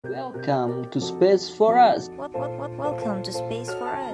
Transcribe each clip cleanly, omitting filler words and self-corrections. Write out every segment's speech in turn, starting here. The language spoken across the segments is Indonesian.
Welcome to Space for Us. Welcome to Space for Us.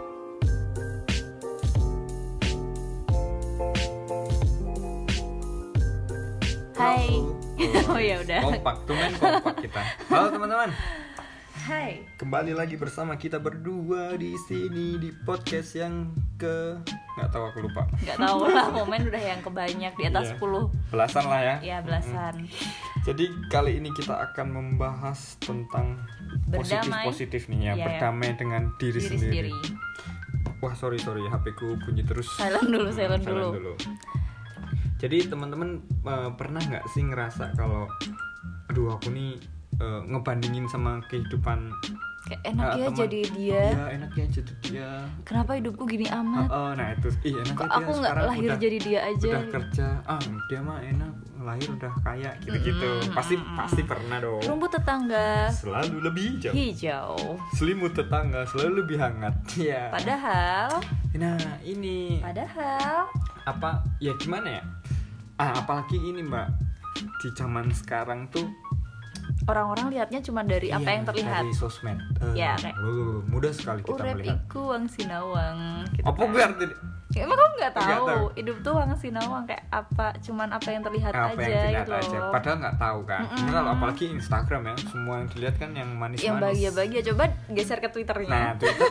Hai. Oh ya udah. Kompak kita. Halo teman-teman. Hai. Kembali lagi bersama kita berdua di sini di podcast yang nggak tahu, aku lupa. Nggak tahu lah, momen udah yang kebanyak di atas 10. Belasan lah ya. Ya, belasan. Jadi kali ini kita akan membahas tentang Berdamai. positif nih ya, Iya, berdamai dengan diri sendiri. Wah, sorry HP ku bunyi terus. Silent dulu. Jadi teman-teman pernah nggak sih ngerasa kalau aduh aku nih ngebandingin sama kehidupan Kayak enak ya teman. jadi dia. Iya, enak ya jadi dia. Kenapa hidupku gini amat? Nah itu, enak Kok ya aku dia nggak sekarang lahir jadi dia aja? udah kerja, dia mah enak, lahir udah kaya gitu-gitu. Pasti pernah dong. Rumput tetangga Selalu lebih hijau. selimut tetangga selalu lebih hangat. Iya. Padahal ini apa ya, gimana ya? Apalagi ini Mbak, di zaman sekarang tuh orang-orang lihatnya cuma dari apa yang terlihat. dari sosmed. Ya, kayak mudah sekali kita urep melihat. iku wang sinawang gitu Apa kan. gue arti? Ya, emang kamu nggak Nggak tahu tahu. hidup tuh wang sinawang kayak apa, cuman apa yang terlihat Apa aja yang dilihat gitu aja, loh. padahal nggak tahu kan. Padahal apalagi Instagram ya, semua yang dilihat kan yang manis-manis. Yang bahagia-bahagia, coba geser ke Twitternya. Nah, Twitter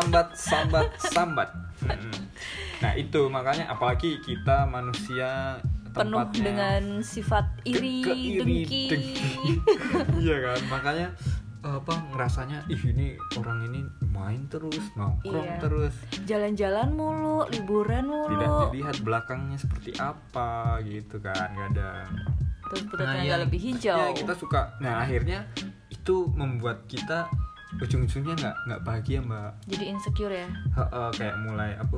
sambat. Nah, itu makanya apalagi kita manusia penuh tempatnya dengan sifat iri, dengki. Iya kan, makanya ngerasanya ini orang ini main terus, nongkrong Iya. terus, Jalan-jalan mulu, liburan mulu. tidak dilihat belakangnya seperti apa gitu kan, kadang. Terus pututnya iya. nggak lebih hijau. Ya, kita suka. Nah, akhirnya itu membuat kita ujung-ujungnya nggak bahagia, Mbak. Jadi insecure ya. Kayak mulai aduh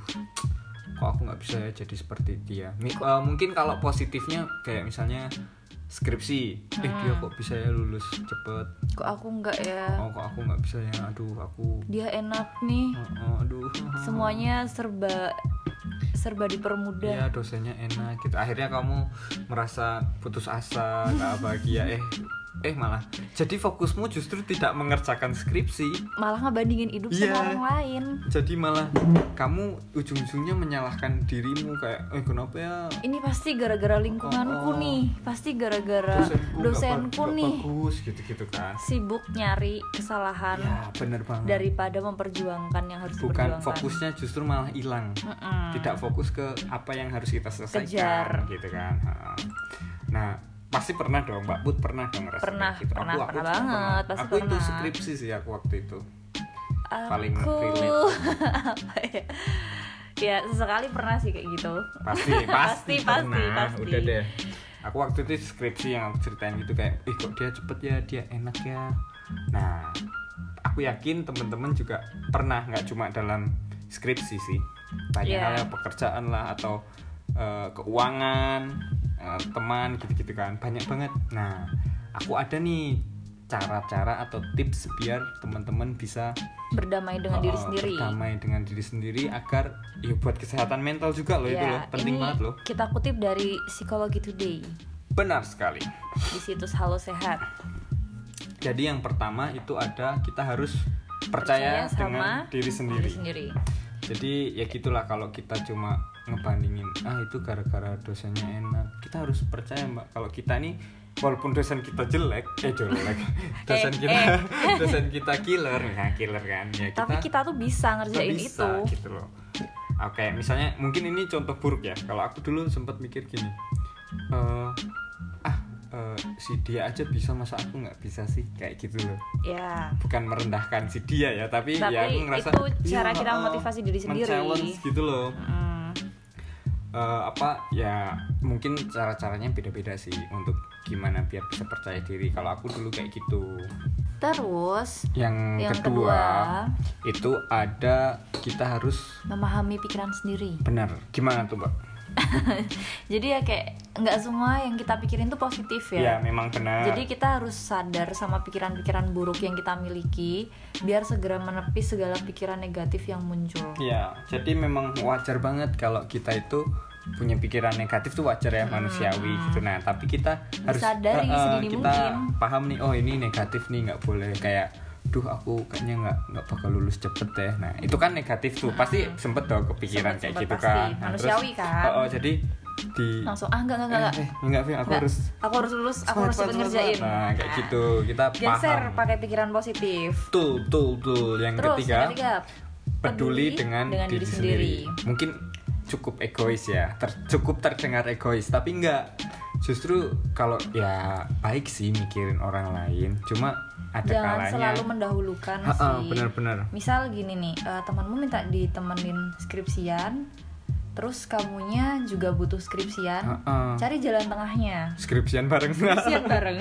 kok aku nggak bisa ya jadi seperti dia. Mungkin kalau positifnya kayak misalnya skripsi, dia kok bisa ya lulus cepet, Kok aku nggak ya? kok aku nggak bisa ya, aduh aku Dia enak nih. aduh Semuanya serba dipermudah. ya, dosennya enak gitu. Akhirnya kamu merasa putus asa, nggak bahagia, malah jadi fokusmu justru tidak mengerjakan skripsi, Malah ngebandingin hidup Iya. sama orang lain. jadi malah kamu ujung-ujungnya menyalahkan dirimu kayak kenapa ya Ini pasti gara-gara lingkunganku nih. Pasti gara-gara dosenku nggak nih. bagus gitu kan. Sibuk nyari kesalahan Ya, bener banget. daripada memperjuangkan yang harus Bukan, diperjuangkan. fokusnya justru malah hilang. Tidak fokus ke apa yang harus kita selesaikan. Kejar. Gitu kan. Nah, pasti pernah dong, Mbak Put, pernah dong ngerasain Pernah, kayak gitu. pernah Aku banget, pasti aku itu pernah. skripsi sih aku waktu itu. Paling Aku relate. apa ya? Ya sesekali pernah sih kayak gitu. Pasti pernah. pasti. Udah deh. Aku waktu itu skripsi yang aku ceritain gitu kayak, kok dia cepet ya, dia enak ya. Nah, aku yakin teman-teman juga pernah, nggak cuma dalam skripsi sih. Banyak hal, pekerjaan lah atau keuangan, teman gitu-gitu kan, banyak banget. Nah, aku ada nih cara-cara atau tips biar teman-teman bisa Berdamai dengan diri sendiri. berdamai dengan diri sendiri agar ya buat kesehatan mental juga loh. Itu loh penting ini banget loh. Kita kutip dari Psikologi Today Benar sekali. di situs Halo Sehat. Jadi yang pertama itu ada, kita harus percaya dengan sama diri sendiri. Jadi ya gitulah, kalau kita cuma ngebandingin itu gara-gara dosennya enak, kita harus percaya, Mbak, kalau kita nih walaupun dosen kita jelek dosen kita killer kan ya, Tapi kita tuh bisa ngerjain bisa, itu gitu loh. Oke, misalnya mungkin ini contoh buruk ya. Kalau aku dulu sempat mikir gini, si dia aja bisa, masa aku nggak bisa sih, kayak gitu loh. ya. Bukan merendahkan si dia ya, tapi ya aku ngerasa itu cara kita memotivasi diri sendiri. men-challenge gitu loh. Ya mungkin cara-caranya beda-beda sih untuk gimana biar bisa percaya diri. Kalau aku dulu kayak gitu. Terus Yang kedua itu ada, kita harus memahami pikiran sendiri. benar. Gimana tuh, Mbak? Jadi ya kayak nggak semua yang kita pikirin tuh positif Ya ya. memang benar. Jadi kita harus sadar sama pikiran-pikiran buruk yang kita miliki biar segera menepis segala pikiran negatif yang muncul. Ya, jadi memang wajar banget kalau kita itu punya pikiran negatif tuh wajar ya, manusiawi gitu. Nah tapi kita harus Disadari sedini kita mungkin. paham nih, oh ini negatif nih, nggak boleh kayak duh aku kayaknya nggak bakal lulus cepet deh. Nah itu kan negatif tuh, pasti sempet dong kepikiran kayak Sempet gitu pasti. kan. Nah, Manusiawi kan. jadi di Langsung enggak Vin, aku harus aku harus lulus, aku harus cepet ngerjain. Nah kayak gitu kita Geser paham. pakai pikiran positif. Tuh. Yang Terus ketiga, yang ketiga, peduli dengan diri sendiri. Mungkin cukup egois ya, cukup terdengar egois, tapi enggak. Justru kalau ya baik sih mikirin orang lain, cuma ada Jangan kalanya selalu mendahulukan sih. benar-benar. Misal gini nih, temanmu minta ditemenin skripsian, terus kamunya juga butuh skripsian, cari jalan tengahnya. Skripsian bareng. Skripsian bareng.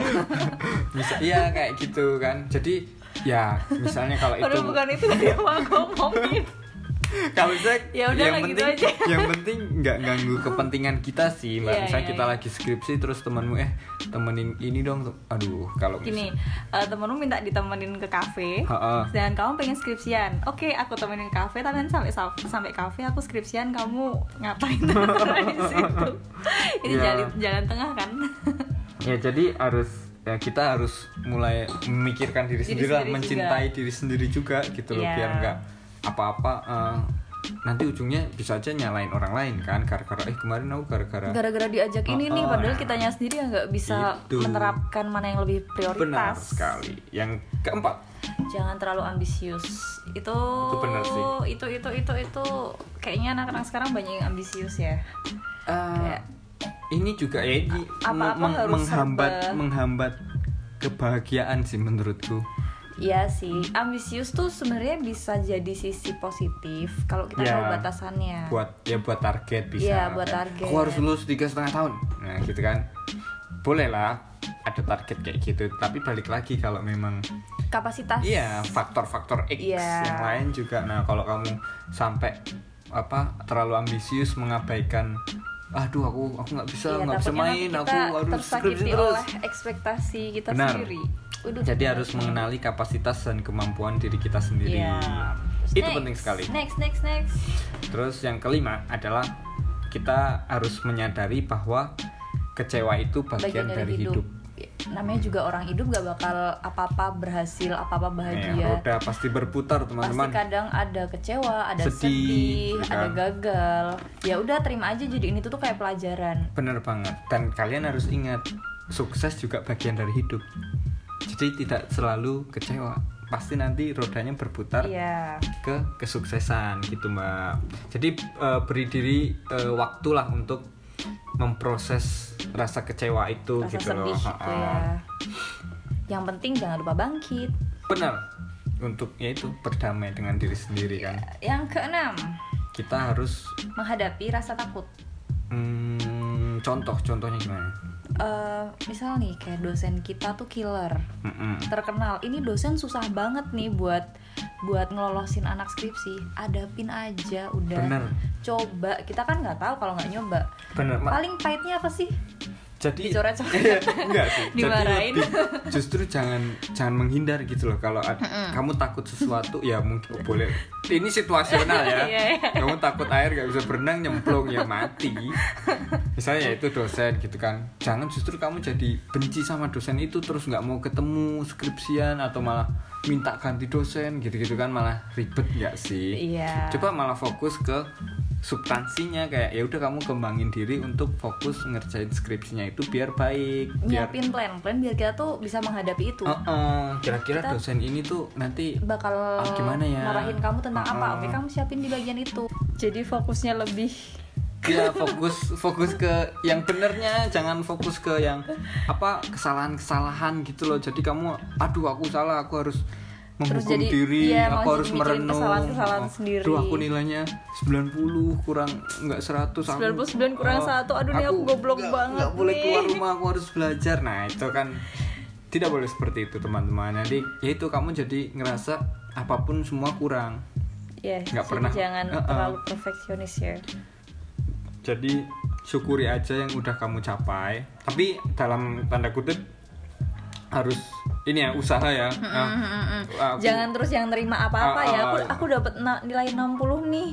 Iya kayak gitu kan. Jadi ya misalnya kalau itu Padahal bukan itu yang mau ngomongin. kalau saya Ya udah lah, gitu aja. yang penting nggak ganggu kepentingan kita sih, Mbak. Iya, Misalnya iya, kita iya. lagi skripsi terus temenmu temenin ini dong. Aduh, kalau Gini, temenmu minta ditemenin ke kafe, Ha-ha. dan kamu pengen skripsian. Oke, aku temenin ke kafe, tapi nanti sampai kafe aku skripsian, kamu ngapain di situ? Ini Ya. jalan tengah kan? ya jadi kita harus mulai memikirkan diri sendiri lah, sendiri mencintai diri sendiri juga gitu loh, Iya. biar nggak apa-apa nanti ujungnya bisa aja nyalain orang lain kan, gara-gara kemarin aku Gara-gara diajak ini nih, padahal kitanya sendiri yang nggak bisa Itu. menerapkan mana yang lebih prioritas. benar sekali. Yang keempat, Jangan terlalu ambisius. Itu benar sih. Itu kayaknya anak-anak sekarang banyak yang ambisius ya. Kayak ini juga ya ini Apa-apa harus menghambat kebahagiaan sih menurutku. Iya sih, ambisius tuh sebenarnya bisa jadi sisi positif kalau kita Ya, tahu batasannya. buat target bisa. Iya, buat Kayak, target. aku harus lulus 3,5 tahun. Nah gitu kan, boleh lah ada target kayak gitu, tapi balik lagi kalau memang Kapasitas. iya faktor-faktor X Iya. yang lain juga. Nah kalau kamu sampai terlalu ambisius, mengabaikan aduh aku nggak bisa main, aku harus skripsi tersakiti terus. oleh ekspektasi kita Benar. sendiri. Waduh, Jadi benar. harus mengenali kapasitas dan kemampuan diri kita sendiri. Iya. Itu Next. penting sekali. Next. Terus yang kelima adalah kita harus menyadari bahwa kecewa itu bagian dari hidup. Namanya juga orang hidup gak bakal apa-apa berhasil, apa-apa bahagia. Roda pasti berputar, Pasti teman-teman. kadang ada kecewa, ada Sedih, sedih, gitu ada kan. gagal. Ya udah terima aja, jadi ini tuh kayak pelajaran. Bener banget. Dan kalian harus ingat, sukses juga bagian dari hidup. Jadi tidak selalu kecewa. Pasti nanti rodanya berputar Iya. ke kesuksesan gitu, Mbak. Jadi beri diri waktulah untuk memproses rasa kecewa itu Rasa gitu sedih loh. gitu ya. Yang penting jangan lupa bangkit. Benar. Untuk yaitu berdamai dengan diri sendiri kan. Yang keenam, Kita harus menghadapi rasa takut. contohnya gimana? Misal nih kayak dosen kita tuh killer, Mm-mm. terkenal. Ini dosen susah banget nih buat ngelolosin anak skripsi. Hadapin aja udah. Bener. Coba, kita kan nggak tahu kalau nggak nyoba. Bener, Mak. Paling pahitnya apa sih? Jadi Dicoret-coret. enggak sih. Dimarahin. Jadi justru jangan menghindar gitu loh. Kalau kamu takut sesuatu ya mungkin boleh. Ini situasional ya. Iya, iya. Kamu takut air gak bisa berenang, nyemplung ya mati. Misalnya ya itu dosen gitu kan. Jangan justru kamu jadi benci sama dosen itu, terus nggak mau ketemu skripsian atau malah minta ganti dosen gitu-gitu kan, malah ribet nggak sih? Iya. Coba malah fokus ke substansinya, kayak ya udah kamu kembangin diri untuk fokus ngerjain skripsinya itu biar baik, biar Nyiapin plan biar kita tuh bisa menghadapi itu. kira-kira Kita dosen ini tuh nanti Bakal gimana ya? marahin kamu tentang apa? Oke, kamu siapin di bagian itu. Jadi fokusnya lebih ya fokus ke yang benernya, jangan fokus ke yang kesalahan gitu loh. Jadi kamu aduh aku salah, aku harus menghukum jadi, diri, iya, aku malah harus jadi mikirin merenung. kesalahan sendiri. Aduh aku nilainya 90 kurang enggak 100, aku 99 kurang 1. Aduh nih aku goblok banget Enggak boleh nih. keluar rumah, aku harus belajar. Nah, itu kan tidak boleh seperti itu, teman-teman. Nanti ya itu kamu jadi ngerasa apapun semua kurang. Ya, Nggak jadi pernah. jangan terlalu perfeksionis ya. Jadi syukuri aja yang udah kamu capai. Tapi dalam tanda kutip harus ini ya, usaha ya. Jangan terus yang nerima apa-apa ya. Aku dapat nilai 60 nih.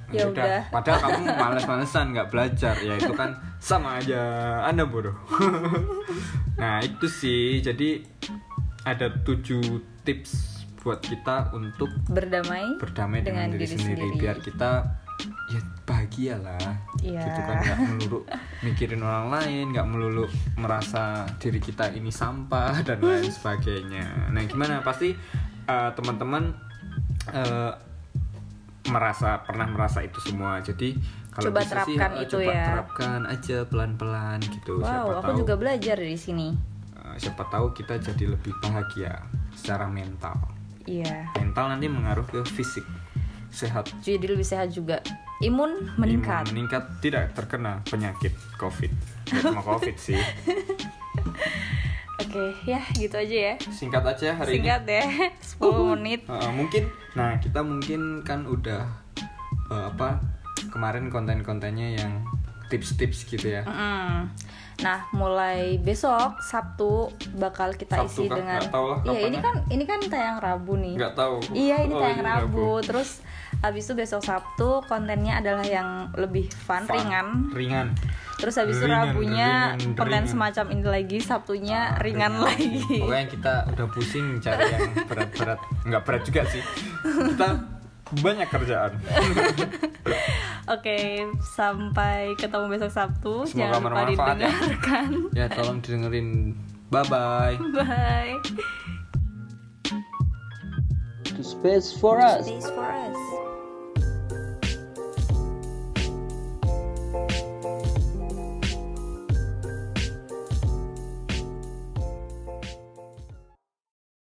Ya udah. Padahal kamu males-malesan nggak belajar, ya itu kan sama aja Anda bodoh. Nah itu sih, jadi ada 7 tips buat kita untuk berdamai dengan diri sendiri biar kita ya bahagia lah. Iya. Gitu kan, nggak melulu mikirin orang lain, nggak melulu merasa diri kita ini sampah dan lain sebagainya. Nah gimana, pasti teman-teman pernah merasa itu semua. Jadi kalau coba bisa terapkan sih itu coba ya. terapkan aja pelan-pelan gitu. Wow, siapa aku tahu, juga belajar dari sini. Siapa tahu kita jadi lebih bahagia secara mental. Iya. Mental nanti mengaruh ke fisik, sehat. Jadi lebih sehat juga. Imun meningkat. Imun meningkat, tidak terkena penyakit COVID. Nggak cuma COVID sih. Oke, ya gitu aja ya. Singkat aja hari Singkat ya, 10 menit. Kita mungkin kan udah kemarin konten-kontennya yang tips-tips gitu ya. Nah, mulai besok Sabtu bakal kita Sabtu isi kah? dengan Nggak tahu lah iya, kapan ini kan tayang Rabu nih. Nggak tahu. Iya, ini tayang ini Rabu. Terus habis itu besok Sabtu kontennya adalah yang lebih fun. Ringan. Terus habis itu Rabunya konten semacam ini lagi, Sabtunya ringan lagi. Pokoknya kita udah pusing cari yang berat-berat. Nggak berat juga sih. Kita banyak kerjaan. Oke, sampai ketemu besok Sabtu. Semoga Jangan lupa bermanfaat didengarkan. Ya, tolong didengerin. Bye-bye. Bye. To space for us. Space for us.